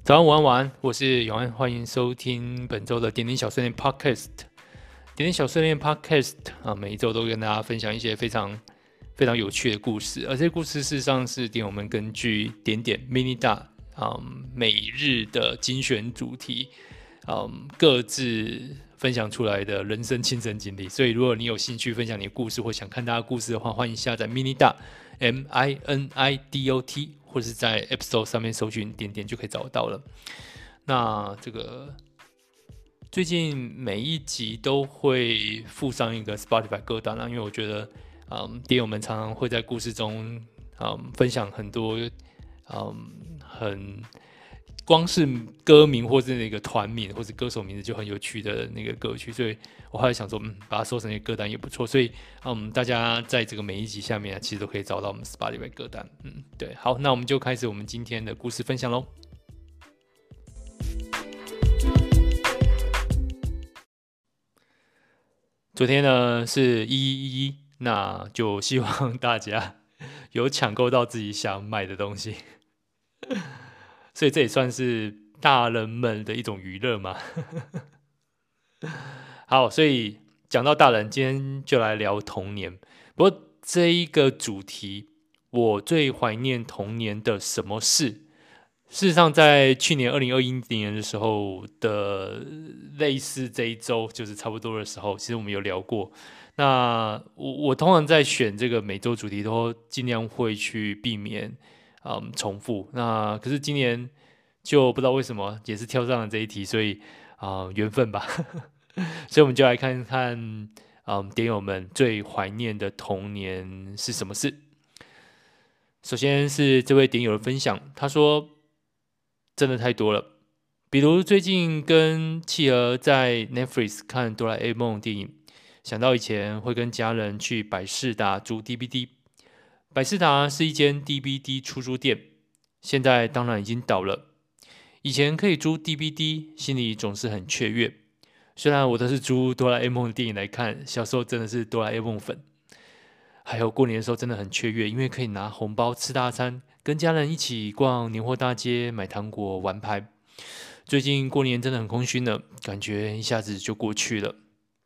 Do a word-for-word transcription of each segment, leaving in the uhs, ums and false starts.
早安，午安，晚安，我是永安，欢迎收听本周的点点小碎念 Podcast。点点小碎念 Podcast 啊，每一周都跟大家分享一些非常非常有趣的故事，而这些故事事实上是点我们根据点点 mini 大嗯每日的精选主题，嗯各自分享出来的人生亲身经历。所以如果你有兴趣分享你的故事或想看大家故事的话，欢迎下载 mini 大 M I N I D O T， 或是在 App Store 上面搜寻点点就可以找到了。那这个最近每一集都会附上一个 Spotify 歌单啦，因为我觉得，嗯，点友们常常会在故事中，嗯，分享很多，嗯，很光是歌名或是那个团名或者歌手名字就很有趣的那个歌曲，所以我后来想说，嗯，把它收成一个歌单也不错，所以，嗯，大家在这个每一集下面啊，其实都可以找到我们 Spotify 歌单，嗯，对，好，那我们就开始我们今天的故事分享喽。昨天呢是一一一，那就希望大家有抢购到自己想买的东西，所以这也算是大人们的一种娱乐嘛。好，所以讲到大人，今天就来聊童年。不过这一个主题，我最怀念童年的什么事？事实上，在去年二零二一年的时候的类似这一周，就是差不多的时候，其实我们有聊过。那我我通常在选这个每周主题，都尽量会去避免嗯重复。那可是今年就不知道为什么也是挑上了这一题，所以啊、呃缘分吧。所以我们就来看看嗯点友们最怀念的童年是什么事。首先是这位点友的分享，他说。真的太多了，比如最近跟企鹅在 Netflix 看哆啦 A 梦电影，想到以前会跟家人去百视达租 D V D。百视达是一间 D V D 出租店，现在当然已经倒了。以前可以租 D V D，心里总是很雀跃。虽然我都是租哆啦 A 梦的电影来看，小时候真的是哆啦 A 梦粉。还有过年的时候真的很雀跃，因为可以拿红包吃大餐，跟家人一起逛年货大街，买糖果、玩牌。最近过年真的很空虚呢，感觉一下子就过去了。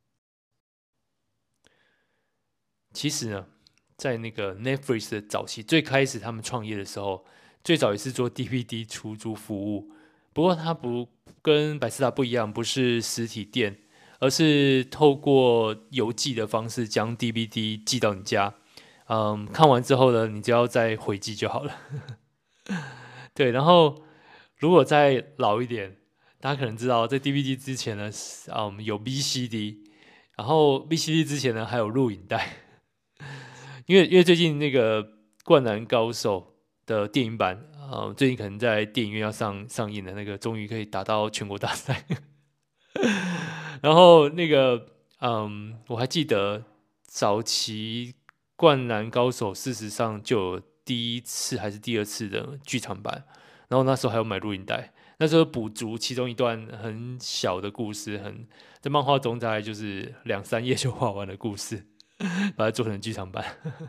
其实呢，在那个 Netflix 的早期，最开始他们创业的时候，最早也是做 D V D 出租服务。不过它不跟百事达不一样，不是实体店，而是透过邮寄的方式将 D V D 寄到你家。嗯，看完之后呢，你只要再回寄就好了。对，然后如果再老一点，大家可能知道，在 D V D 之前呢，嗯，有 V C D，然后 V C D 之前呢还有录影带，因为因为最近那个《灌篮高手》的电影版，呃，最近可能在电影院要上上映的那个，终于可以打到全国大赛。然后那个，嗯，我还记得早期《灌篮高手》事实上就有第一次还是第二次的剧场版，然后那时候还有买录影带，那时候补足其中一段很小的故事，很在漫画中大概就是两三页就画完的故事，把它做成剧场版。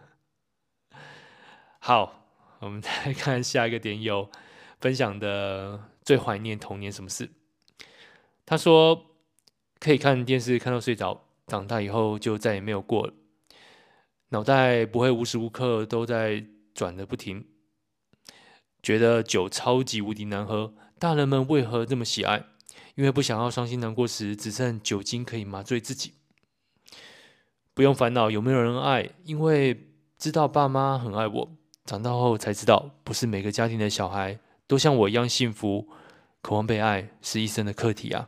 好，我们再看下一个点友分享的最怀念童年什么事。他说可以看电视看到睡着，长大以后就再也没有过了。脑袋不会无时无刻都在转个不停，觉得酒超级无敌难喝，大人们为何这么喜爱？因为不想要伤心难过时，只剩酒精可以麻醉自己，不用烦恼有没有人爱，因为知道爸妈很爱我。长大后才知道，不是每个家庭的小孩都像我一样幸福，渴望被爱是一生的课题啊。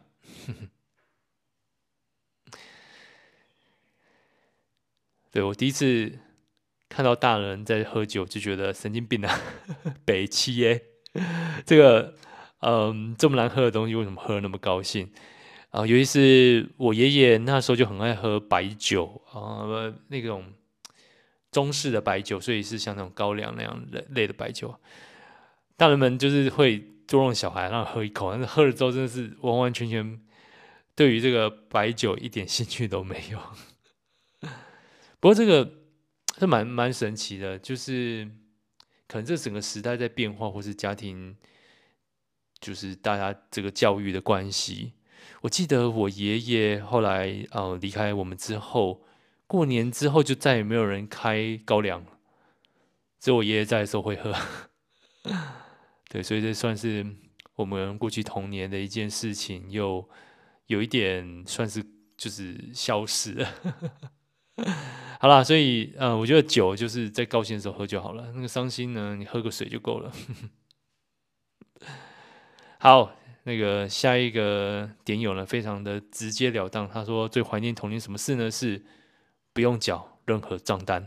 对，我第一次看到大人在喝酒，就觉得神经病啊，北七耶，这个嗯这么难喝的东西，为什么喝得那么高兴啊？尤其是我爷爷那时候就很爱喝白酒啊，那种中式的白酒，所以是像那种高粱那样类类的白酒。大人们就是会捉弄小孩，让他喝一口，但是喝了之后真的是完完全全对于这个白酒一点兴趣都没有。不过这个是蛮蛮神奇的，就是可能这整个时代在变化，或是家庭就是大家这个教育的关系。我记得我爷爷后来呃离开我们之后，过年之后就再也没有人开高粱了，只有我爷爷在的时候会喝。对，所以这算是我们过去童年的一件事情，又有一点算是就是消失了。好啦，所以呃，我觉得酒就是在高兴的时候喝就好了，那个伤心呢，你喝个水就够了。好，那个下一个点友呢，非常的直截了当，他说最怀念童年什么事呢？是不用缴任何账单。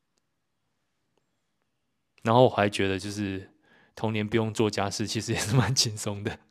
然后我还觉得就是童年不用做家事，其实也是蛮轻松的。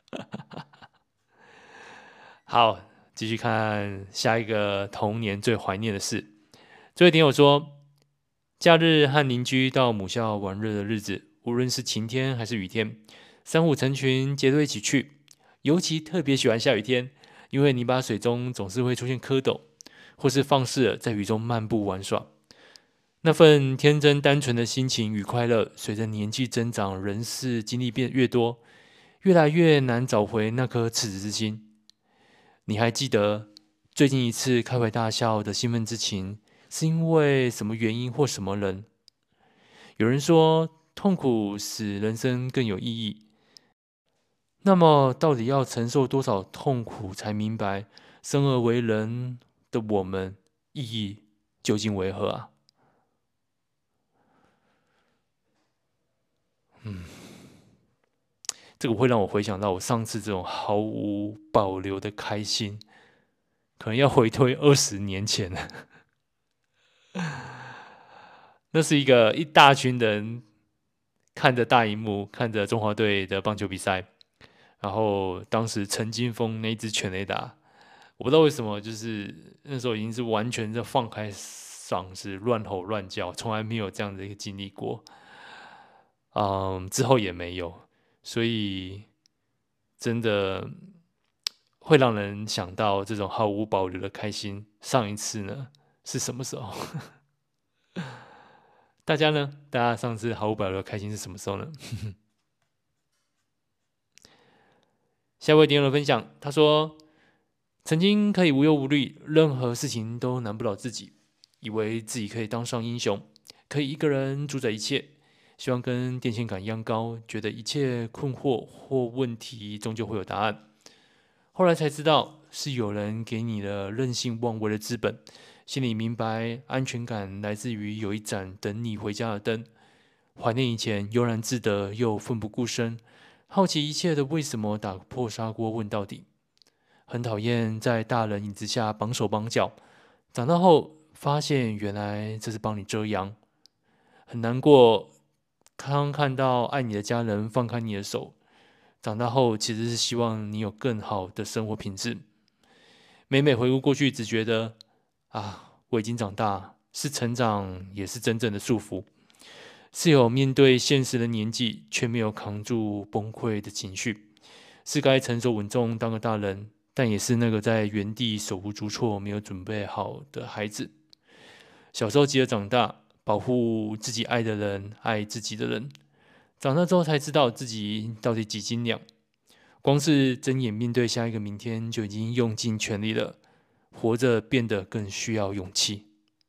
好，继续看下一个童年最怀念的事。这位点友说，假日和邻居到母校玩乐的日子，无论是晴天还是雨天，三五成群结队一起去。尤其特别喜欢下雨天，因为泥巴水中总是会出现蝌蚪，或是放肆地在雨中漫步玩耍。那份天真单纯的心情与快乐，随着年纪增长，人事经历变越多，越来越难找回那颗赤子之心。你还记得最近一次开怀大笑的兴奋之情，是因为什么原因或什么人？有人说，痛苦使人生更有意义。那么，到底要承受多少痛苦，才明白生而为人的我们意义究竟为何啊？嗯，这个会让我回想到我上次这种毫无保留的开心，可能要回推二十年前了。那是一个一大群人看着大荧幕，看着中华队的棒球比赛，然后当时陈金峰那一支全垒打，我不知道为什么，就是那时候已经是完全的放开嗓子乱吼乱叫，从来没有这样的一个经历过。嗯，之后也没有，所以真的会让人想到这种毫无保留的开心。上一次呢是什么时候？大家呢？大家上次毫无保留的开心是什么时候呢？下一位点友的分享，他说：曾经可以无忧无虑，任何事情都难不倒自己，以为自己可以当上英雄，可以一个人主宰一切，希望跟电线杆一样高，觉得一切困惑或问题终究会有答案。后来才知道，是有人给你了任性妄为的资本，心里明白安全感来自于有一盏等你回家的灯。怀念以前悠然自得又奋不顾身，好奇一切的为什么打破砂锅问到底。很讨厌在大人影子下绑手绑脚，长大后发现原来这是帮你遮阳。很难过，刚看到爱你的家人放开你的手，长大后其实是希望你有更好的生活品质。每每回顾过去，只觉得啊，我已经长大，是成长，也是真正的束缚。是有面对现实的年纪，却没有扛住崩溃的情绪，是该成熟稳重当个大人，但也是那个在原地手无足措、没有准备好的孩子。小时候急着长大，保护自己爱的人、爱自己的人，长大之后才知道自己到底几斤两。光是睁眼面对下一个明天，就已经用尽全力了。活着变得更需要勇气。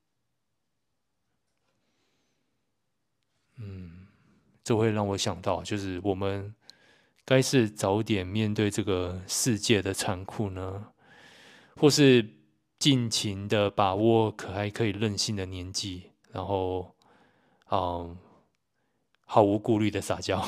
嗯，这会让我想到，就是我们该是早点面对这个世界的残酷呢，或是尽情的把握可还可以任性的年纪，然后，嗯，毫无顾虑的撒娇。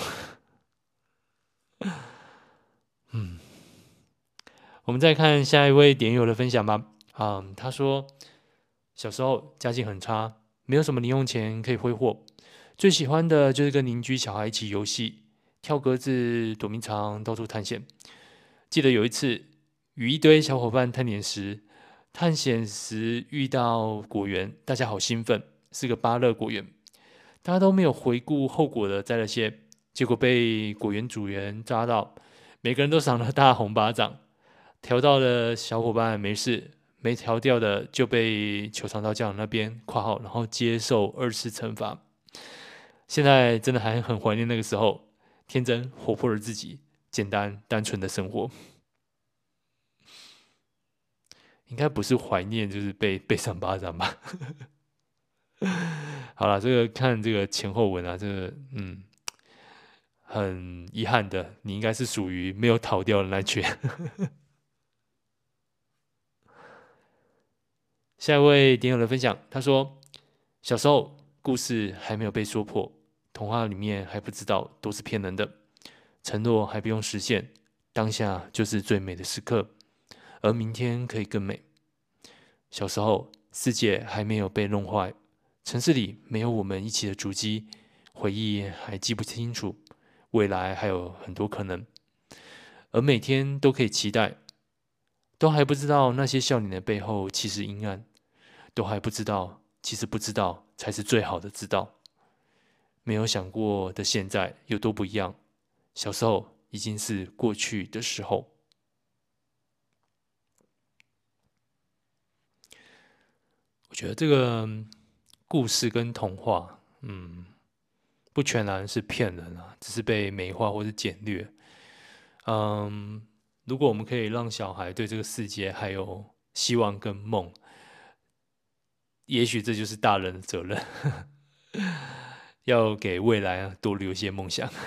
嗯，我们再看下一位点友的分享吧。嗯，他说小时候家境很差，没有什么零用钱可以挥霍，最喜欢的就是跟邻居小孩一起游戏，跳格子、躲迷藏、到处探险。记得有一次与一堆小伙伴探险时，探险时遇到果园，大家好兴奋，是个芭乐果园，大家都没有回顾后果的摘了些，结果被果园主人抓到，每个人都赏了大红巴掌。调到的小伙伴没事，没调掉的就被球场到家长那边括号，然后接受二次惩罚。现在真的还很怀念那个时候，天真活泼的自己， 简单单纯的生活。应该不是怀念，就是被被扇巴掌吧。好了，这个看这个前后文啊，这个嗯，很遗憾的，你应该是属于没有逃掉的那群。下一位点友的分享，他说：小时候故事还没有被说破，童话里面还不知道都是骗人的，承诺还不用实现，当下就是最美的时刻，而明天可以更美。小时候世界还没有被弄坏，城市里没有我们一起的足迹，回忆还记不清楚，未来还有很多可能，而每天都可以期待，都还不知道那些笑脸的背后其实阴暗，都还不知道，其实不知道才是最好的知道。没有想过的现在有多不一样，小时候已经是过去的时候。我觉得这个故事跟童话，嗯，不全然是骗人啊，只是被美化或是简略。嗯，如果我们可以让小孩对这个世界还有希望跟梦，也许这就是大人的责任，要给未来啊多留一些梦想。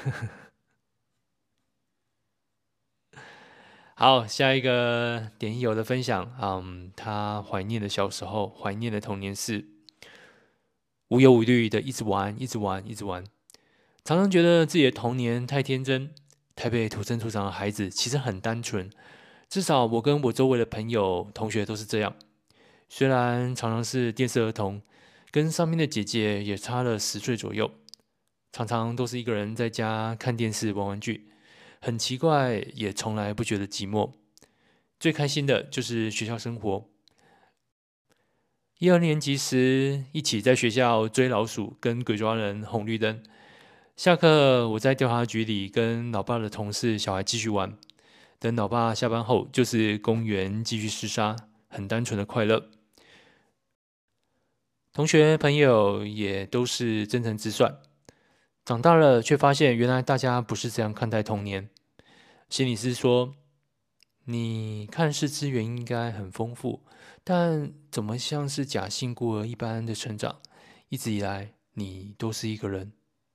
好，下一个点友的分享，嗯，他怀念的小时候，怀念的童年是无忧无虑的，一直玩，一直玩，一直玩。常常觉得自己的童年太天真，台北土生土长的孩子其实很单纯，至少我跟我周围的朋友、同学都是这样。虽然常常是电视儿童，跟上面的姐姐也差了十岁左右，常常都是一个人在家看电视、玩玩具，很奇怪，也从来不觉得寂寞。最开心的就是学校生活。一二年级时，一起在学校追老鼠、跟鬼抓人、红绿灯。下课，我在调查局里跟老爸的同事小孩继续玩。等老爸下班后，就是公园继续厮杀，很单纯的快乐。同学朋友也都是真诚直率。长大了，却发现原来大家不是这样看待童年。心理师说：“你看似资源应该很丰富，但怎么像是假性孤儿一般的成长？一直以来，你都是一个人。”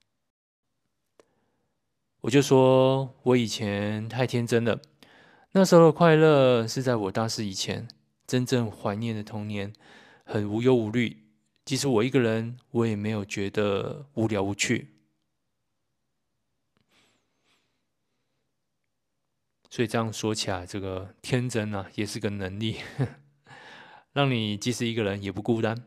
我就说，我以前太天真了，那时候的快乐是在我大四以前，真正怀念的童年，很无忧无虑。即使我一个人，我也没有觉得无聊无趣。所以这样说起来，这个天真啊，也是个能力，让你即使一个人也不孤单。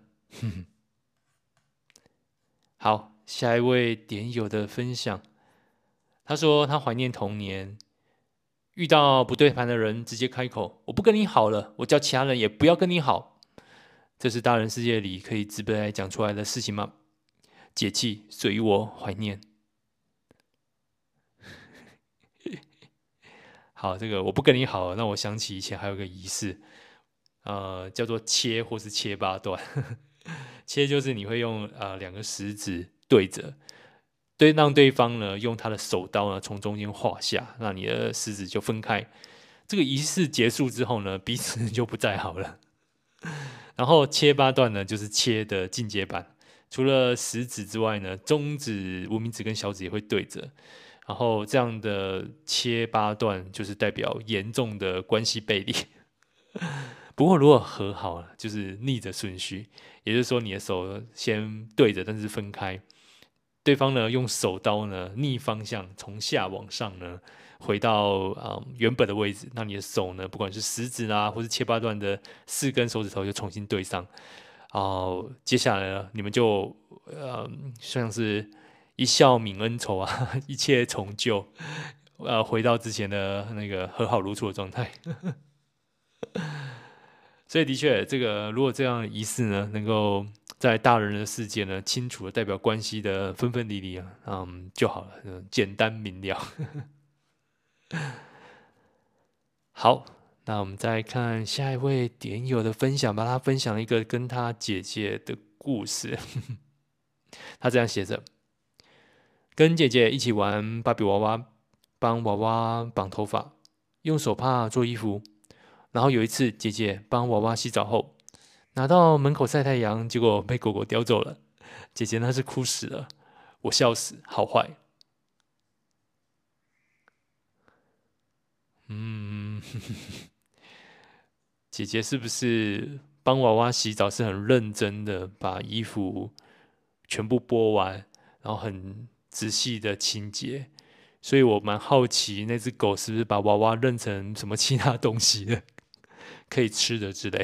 好，下一位点友的分享，他说他怀念童年，遇到不对盘的人，直接开口：“我不跟你好了，我叫其他人也不要跟你好。”这是大人世界里可以直白讲出来的事情吗？解气，所以我怀念。好，这个我不跟你好了，让我想起以前还有个仪式，呃，叫做切或是切八段。切就是你会用呃两个食指对着，对，让对方呢用他的手刀呢从中间划下，让你的食指就分开。这个仪式结束之后呢，彼此就不再好了。然后切八段呢，就是切的进阶版，除了食指之外呢，中指、无名指跟小指也会对着。然后这样的切八段，就是代表严重的关系背离。不过如果和好了，就是逆着顺序，也就是说你的手先对着，但是分开，对方呢用手刀呢逆方向从下往上呢回到啊、嗯、原本的位置，那你的手呢不管是食指啊或是切八段的四根手指头就重新对上，然后接下来呢你们就呃像是一笑泯恩仇啊，一切从旧，呃回到之前的那个和好如初的状态。所以的确，这个如果这样的仪式呢，能够在大人的世界呢，清楚的代表关系的分分离离啊，嗯，就好了，嗯，简单明了。好，那我们再看下一位点友的分享吧。他分享了一个跟他姐姐的故事。他这样写着：跟姐姐一起玩芭比娃娃， 帮娃娃绑头发，用手帕做衣服。然后有一次，姐姐帮娃娃洗澡后，拿到门口晒太阳，结果被狗狗叼走了。姐姐那是哭死了，我笑死，好坏。嗯，姐姐是不是帮娃娃洗澡是很认真的，把衣服全部剥完，然后很仔细的清洁？所以我蛮好奇，那只狗是不是把娃娃认成什么其他东西的，可以吃的之类。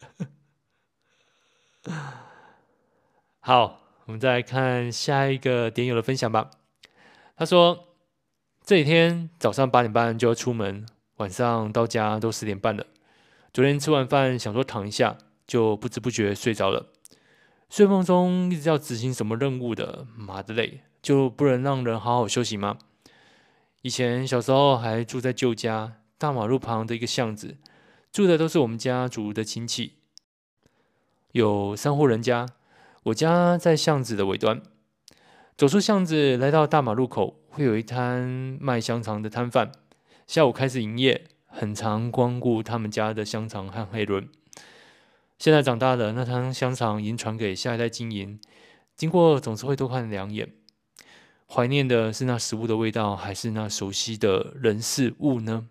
好，我们再来看下一个点友的分享吧。他说，这几天早上八点半就要出门，晚上到家都十点半了。昨天吃完饭想说躺一下，就不知不觉睡着了。睡梦中一直要执行什么任务的，妈的累，就不能让人好好休息吗？以前小时候还住在旧家，大马路旁的一个巷子，住的都是我们家族的亲戚，有三户人家。我家在巷子的尾端，走出巷子来到大马路口，会有一摊卖香肠的摊贩，下午开始营业，很常光顾他们家的香肠和黑轮。现在长大了，那摊香肠已经传给下一代经营，经过总是会多看两眼。怀念的是那食物的味道，还是那熟悉的人事物呢？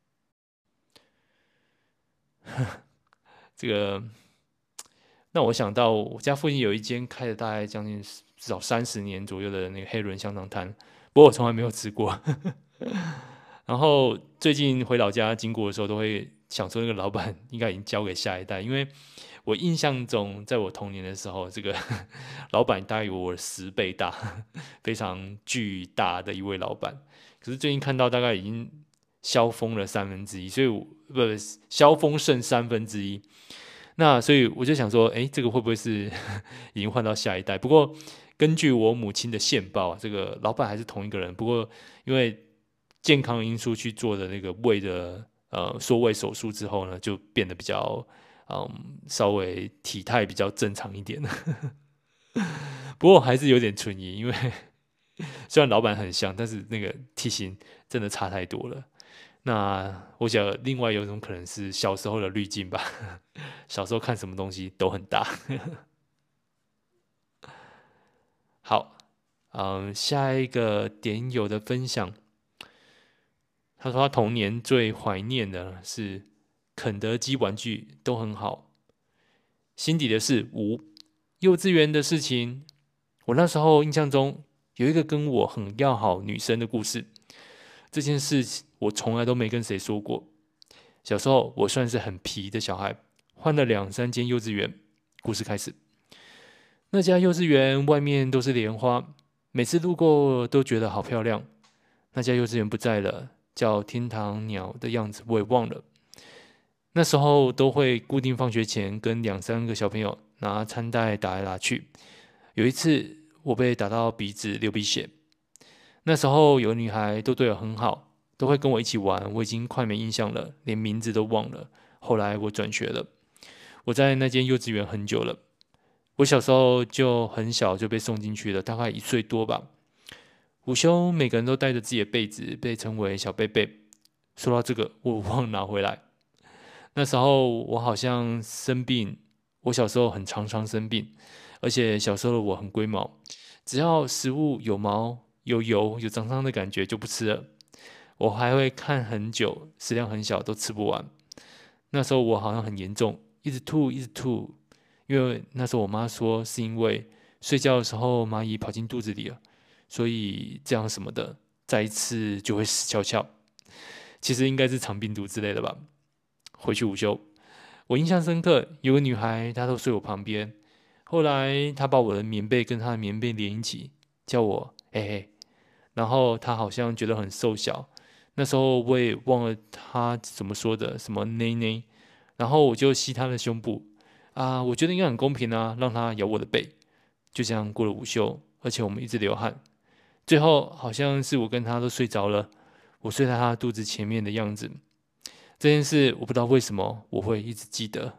这个让我想到，我家附近有一间开了大概将近至少三十年左右的那个黑轮香肠摊，不过我从来没有吃过。然后最近回老家经过的时候，都会想说那个老板应该已经交给下一代，因为我印象中，在我童年的时候，这个老板大概有我十倍大，非常巨大的一位老板。可是最近看到大概已经消风了三分之一，所以我不消风剩三分之一。那所以我就想说，哎，这个会不会是已经换到下一代？不过根据我母亲的线报，这个老板还是同一个人。不过因为健康因素去做的那个胃的呃缩胃手术之后呢，就变得比较嗯稍微体态比较正常一点。不过还是有点存疑，因为虽然老板很像，但是那个体型真的差太多了。那我想，另外有一种可能是小时候的滤镜吧。小时候看什么东西都很大。好，嗯，下一个点友的分享，他说他童年最怀念的是肯德基玩具都很好，心底的是无。幼稚园的事情，我那时候印象中有一个跟我很要好女生的故事，这件事我从来都没跟谁说过。小时候我算是很皮的小孩，换了两三间幼稚园。故事开始，那家幼稚园外面都是莲花，每次路过都觉得好漂亮。那家幼稚园不在了，叫天堂鸟的样子我也忘了。那时候都会固定放学前跟两三个小朋友拿餐袋打来打去。有一次我被打到鼻子流鼻血，那时候有女孩都对我很好，都会跟我一起玩，我已经快没印象了，连名字都忘了。后来我转学了，我在那间幼稚园很久了。我小时候就很小就被送进去了，大概一岁多吧。午休每个人都带着自己的被子，被称为小贝贝。说到这个，我忘了拿回来。那时候我好像生病，我小时候很常常生病，而且小时候的我很龟毛，只要食物有毛、有油、有脏脏的感觉就不吃了。我还会看很久，食量很小都吃不完。那时候我好像很严重，一直吐，一直吐。因为那时候我妈说是因为睡觉的时候蚂蚁跑进肚子里了，所以这样什么的，再一次就会死翘翘。其实应该是肠病毒之类的吧。回去午休，我印象深刻，有个女孩她都睡我旁边，后来她把我的棉被跟她的棉被连一起，叫我嘿嘿，然后她好像觉得很瘦小。那时候我也忘了她怎么说的，什么内内，然后我就吸她的胸部。啊，我觉得应该很公平啊，让她咬我的背。就这样过了午休，而且我们一直流汗。最后好像是我跟她都睡着了，我睡在她肚子前面的样子。这件事我不知道为什么我会一直记得。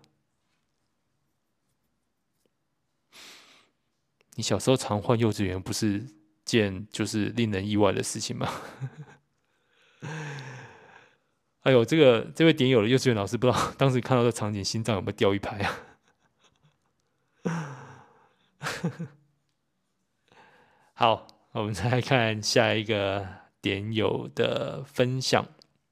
你小时候常换幼稚园，不是件就是令人意外的事情吗？ 哎呦，这个这位点友的幼稚园老师，不知道当时看到这场景，心脏有没有掉一拍啊？好，我们再来看下一个点友的分享。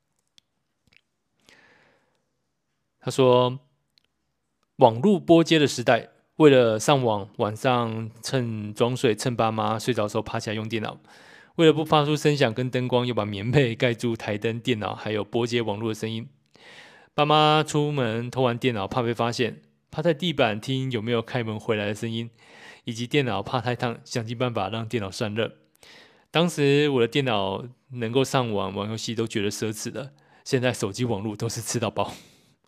他说，网络拨接的时代，为了上网，晚上趁装睡，趁爸妈睡着的时候爬起来用电脑。为了不发出声响跟灯光，又把棉被盖住台灯、电脑，还有拨接网络的声音。爸妈出门偷玩电脑，怕被发现，趴在地板听有没有开门回来的声音，以及电脑怕太烫，想尽办法让电脑散热。当时我的电脑能够上网玩游戏都觉得奢侈了，现在手机网络都是吃到饱。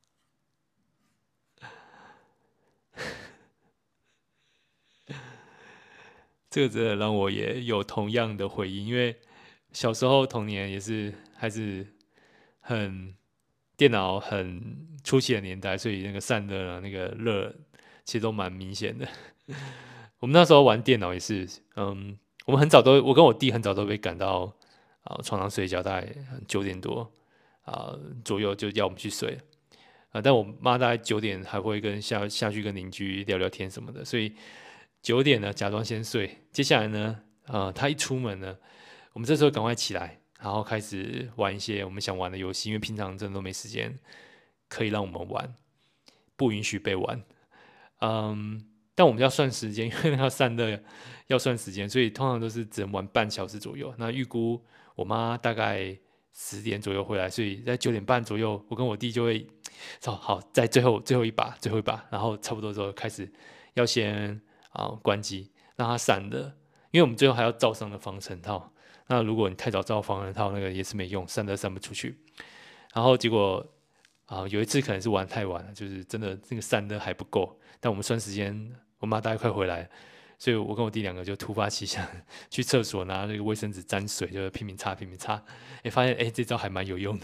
这个真的让我也有同样的回忆，因为小时候童年也是还是很电脑很初期的年代，所以那个散热啊，那个热其实都蛮明显的。我们那时候玩电脑也是，嗯，我们很早都，我跟我弟很早都被赶到啊床上睡觉，大概九点多啊左右就要我们去睡啊，但我妈大概九点还会跟下下去跟邻居聊聊天什么的，所以九点呢假装先睡，接下来呢，呃，他一出门呢，我们这时候赶快起来，然后开始玩一些我们想玩的游戏，因为平常真的都没时间可以让我们玩，不允许被玩。嗯，但我们要算时间，因为那个散热要算时间，所以通常都是只能玩半小时左右。那预估我妈大概十点左右回来，所以在九点半左右，我跟我弟就会说好，在最后最后一把，最后一把，然后差不多之后开始要先啊、关机，让它散热，因为我们最后还要罩上的防尘套。那如果你太早罩防尘套，那个也是没用，散热散不出去。然后结果啊、有一次可能是玩太晚了，就是真的那个散热还不够。但我们算时间，我妈大概快回来，所以我跟我弟两个就突发奇想，去厕所拿那个卫生纸沾水，就拼命擦拼命擦，哎，发现哎这招还蛮有用的。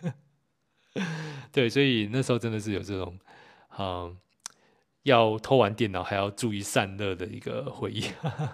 对，所以那时候真的是有这种，嗯，要偷玩电脑还要注意散热的一个回忆。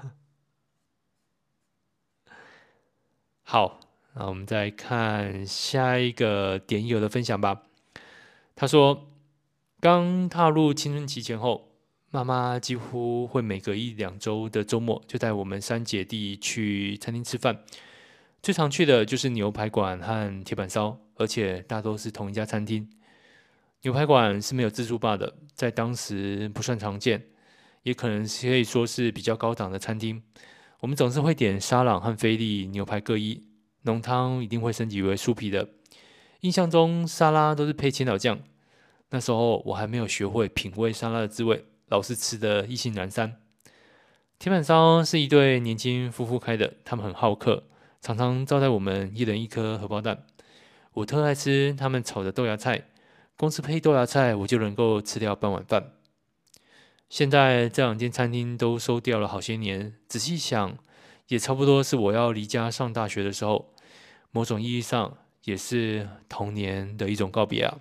好，那我们再看下一个点友的分享吧。他说，刚踏入青春期前后，妈妈几乎会每隔一两周的周末就带我们三姐弟去餐厅吃饭，最常去的就是牛排馆和铁板烧，而且大多是同一家餐厅。牛排馆是没有自助吧的，在当时不算常见，也可能可以说是比较高档的餐厅。我们总是会点沙朗和菲力牛排各一，浓汤一定会升级为酥皮的。印象中沙拉都是配千岛酱，那时候我还没有学会品味沙拉的滋味，老是吃得意兴阑珊。铁板烧是一对年轻夫妇开的，他们很好客，常常招待我们一人一颗荷包蛋。我特爱吃他们炒的豆芽菜，光是配豆芽菜我就能够吃掉半碗饭。现在这两间餐厅都收掉了好些年，仔细想，也差不多是我要离家上大学的时候，某种意义上也是童年的一种告别啊。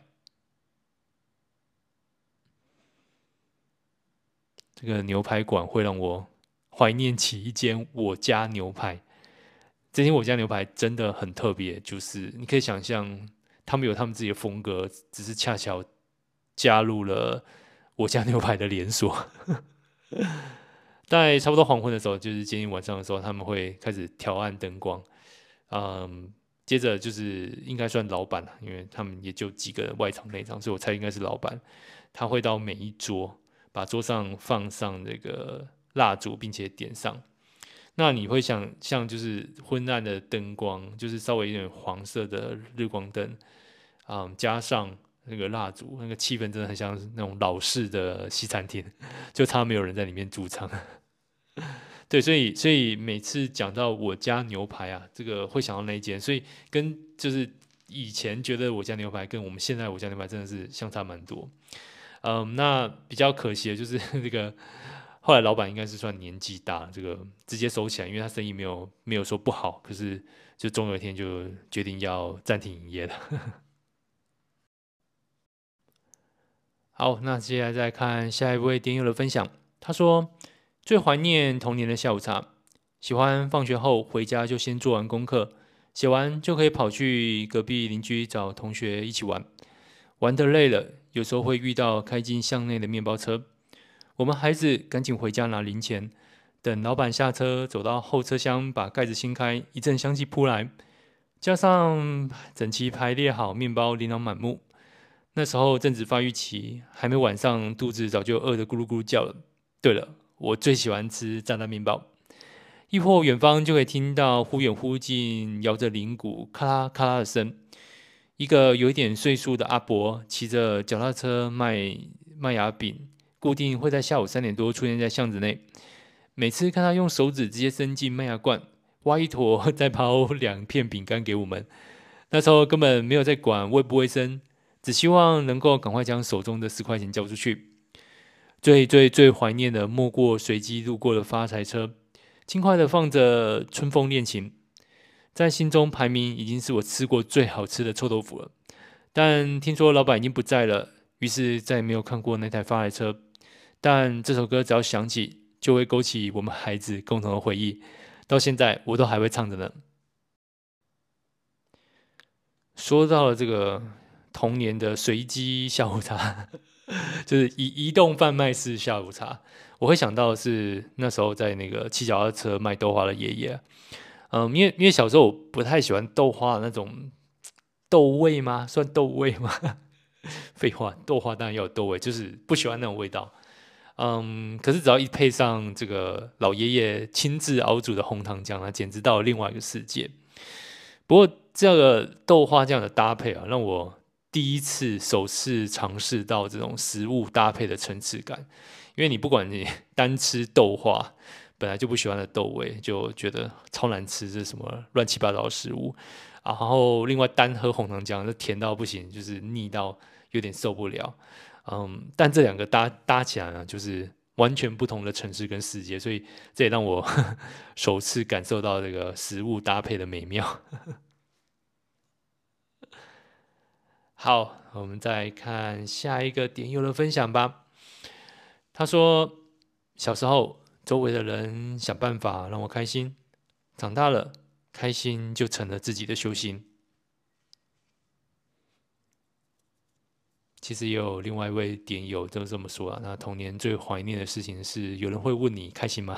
这个牛排馆会让我怀念起一间我家牛排。这间我家牛排真的很特别，就是你可以想象，他们有他们自己的风格，只是恰巧加入了我家牛排的连锁。在差不多黄昏的时候，就是接近晚上的时候，他们会开始调暗灯光，嗯，接着就是应该算老板了，因为他们也就几个外场内场，所以我猜应该是老板。他会到每一桌，把桌上放上这个蜡烛，并且点上。那你会想象就是昏暗的灯光，就是稍微有点黄色的日光灯，嗯，加上那个蜡烛，那个气氛真的很像是那种老式的西餐厅，就差没有人在里面驻唱。对，所以所以每次讲到我家牛排啊，这个会想到那一间，所以跟就是以前觉得我家牛排跟我们现在我家牛排真的是相差蛮多。嗯，那比较可惜的就是这个后来老板应该是算年纪大，这个直接收起来，因为他生意没有没有说不好，可是就终有一天就决定要暂停营业了。好，那接下来再看下一位点友的分享。他说最怀念童年的下午茶，喜欢放学后回家就先做完功课， 写完就可以跑去隔壁邻居找同学一起玩。玩得累了，有时候会遇到开进巷内的面包车，我们孩子赶紧回家拿零钱，等老板下车走到后车厢把盖子掀开，一阵香气扑来，加上整齐排列好面包琳琅满目。那时候正值发育期，还没晚上，肚子早就饿得咕噜咕噜叫了。对了，我最喜欢吃炸弹面包。一或远方就可以听到忽远忽近摇着铃鼓咔啦咔啦的声。一个有一点岁数的阿伯骑着脚踏车卖麦芽饼，固定会在下午三点多出现在巷子内。每次看他用手指直接伸进麦芽罐，挖一坨，再抛两片饼干给我们。那时候根本没有在管卫不卫生，只希望能够赶快将手中的十块钱交出去。最最最怀念的莫过随机路过的发财车，轻快的放着《春风恋情》，在心中排名已经是我吃过最好吃的臭豆腐了。但听说老板已经不在了，于是再也没有看过那台发财车。但这首歌只要响起，就会勾起我们孩子共同的回忆，到现在我都还会唱着呢。说到了这个童年的随机下午茶，就是移移动贩卖式下午茶，我会想到的是那时候在那个骑脚踏车卖豆花的爷爷。嗯，因为因为小时候我不太喜欢豆花的那种豆味吗？算豆味吗？废话，豆花当然要有豆味，就是不喜欢那种味道。嗯，可是只要一配上这个老爷爷亲自熬煮的红糖浆，那简直到了另外一个世界。不过这个豆花酱的搭配啊，让我第一次首次尝试到这种食物搭配的层次感。因为你不管你单吃豆花，本来就不喜欢的豆味，就觉得超难吃，这是什么乱七八糟的食物。然后另外单喝红糖浆，就甜到不行，就是腻到有点受不了。嗯，但这两个搭搭起来呢，就是完全不同的城市跟世界，所以这也让我首次感受到这个食物搭配的美妙。好，我们再看下一个点友的分享吧。他说，小时候周围的人想办法让我开心，长大了开心就成了自己的修行。其实也有另外一位点友就这么说啊，那童年最怀念的事情是有人会问你开心吗？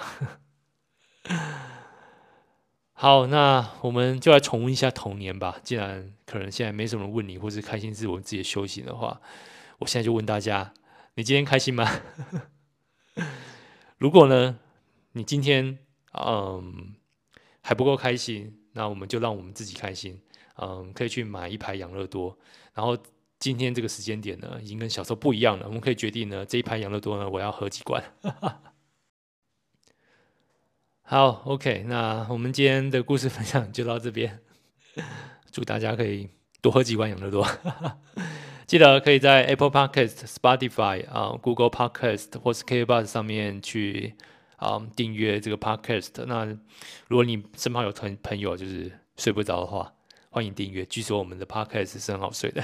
好，那我们就来重温一下童年吧。既然可能现在没什么人问你，或是开心是我们自己的修行的话，我现在就问大家：你今天开心吗？如果呢，你今天嗯还不够开心，那我们就让我们自己开心。嗯，可以去买一排养乐多，然后今天这个时间点呢，已经跟小时候不一样了。我们可以决定呢，这一排养乐多呢，我要喝几罐。好，OK，那我们今天的故事分享就到这边。祝大家可以多喝几罐养乐多。记得可以在 Apple Podcast、Spotify 啊、Google Podcast 或是 K K B O X 上面去啊、订阅这个 Podcast。那如果你身旁有朋朋友就是睡不着的话，欢迎订阅。据说我们的 Podcast 是很好睡的。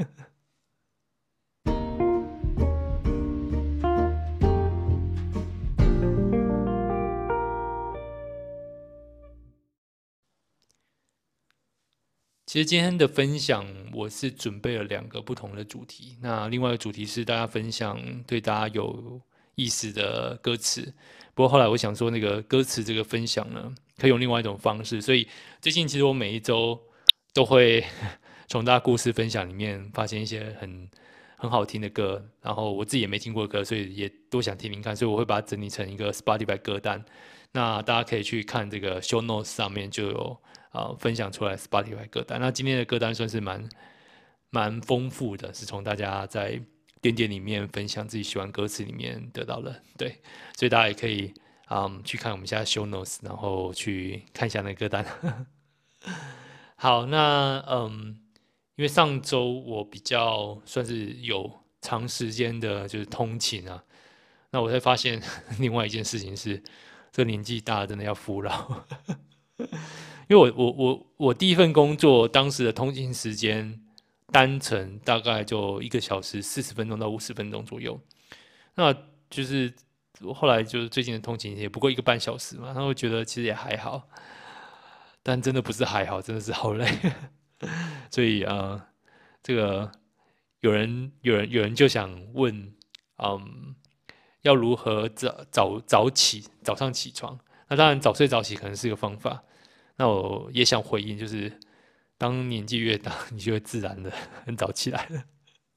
其实今天的分享，我是准备了两个不同的主题。那另外一个主题是大家分享对大家有意思的歌词。不过后来我想说，那个歌词这个分享呢，可以用另外一种方式。所以最近其实我每一周都会从大家故事分享里面发现一些很很好听的歌，然后我自己也没听过歌，所以也多想听听看。所以我会把它整理成一个 Spotify 歌单。那大家可以去看这个 Show Notes 上面就有。啊、呃，分享出来 Spotify 歌单。那今天的歌单算是蛮蛮丰富的，是从大家在点点里面分享自己喜欢歌词里面得到的。对，所以大家也可以嗯去看我们现在 Show Notes，然后去看一下那个歌单。好，那嗯，因为上周我比较算是有长时间的就是通勤啊，那我才发现另外一件事情是，这年纪大了真的要服老。因为我我我我第一份工作当时的通勤时间单程大概就一个小时四十分钟到五十分钟左右，那就是后来就是最近的通勤也不过一个半小时嘛，然后觉得其实也还好。 但真的不是还好，真的是好累。所以呃，这个有人有人有人就想问，嗯，要如何早早早起，早上起床？那当然早睡早起可能是一个方法。那我也想回应，就是当年纪越大，你就会自然的很早起来了。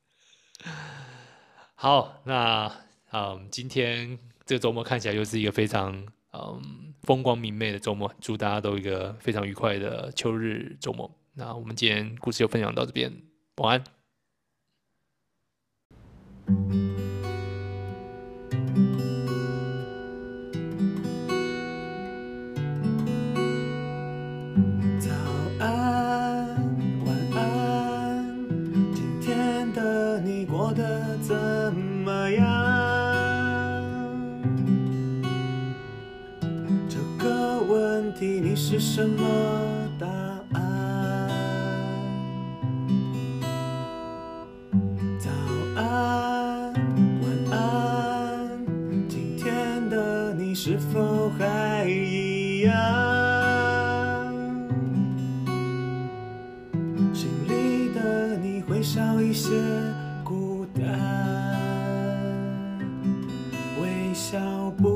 好，那嗯，今天这个周末看起来又是一个非常嗯风光明媚的周末，祝大家都有一个非常愉快的秋日周末。那我们今天故事就分享到这边，晚安。 早安，晚安，今天的你过得怎么样？这个问题你是什么答案？早安，晚安，今天的你是否还一样？心里的你会少一些孤单，微笑不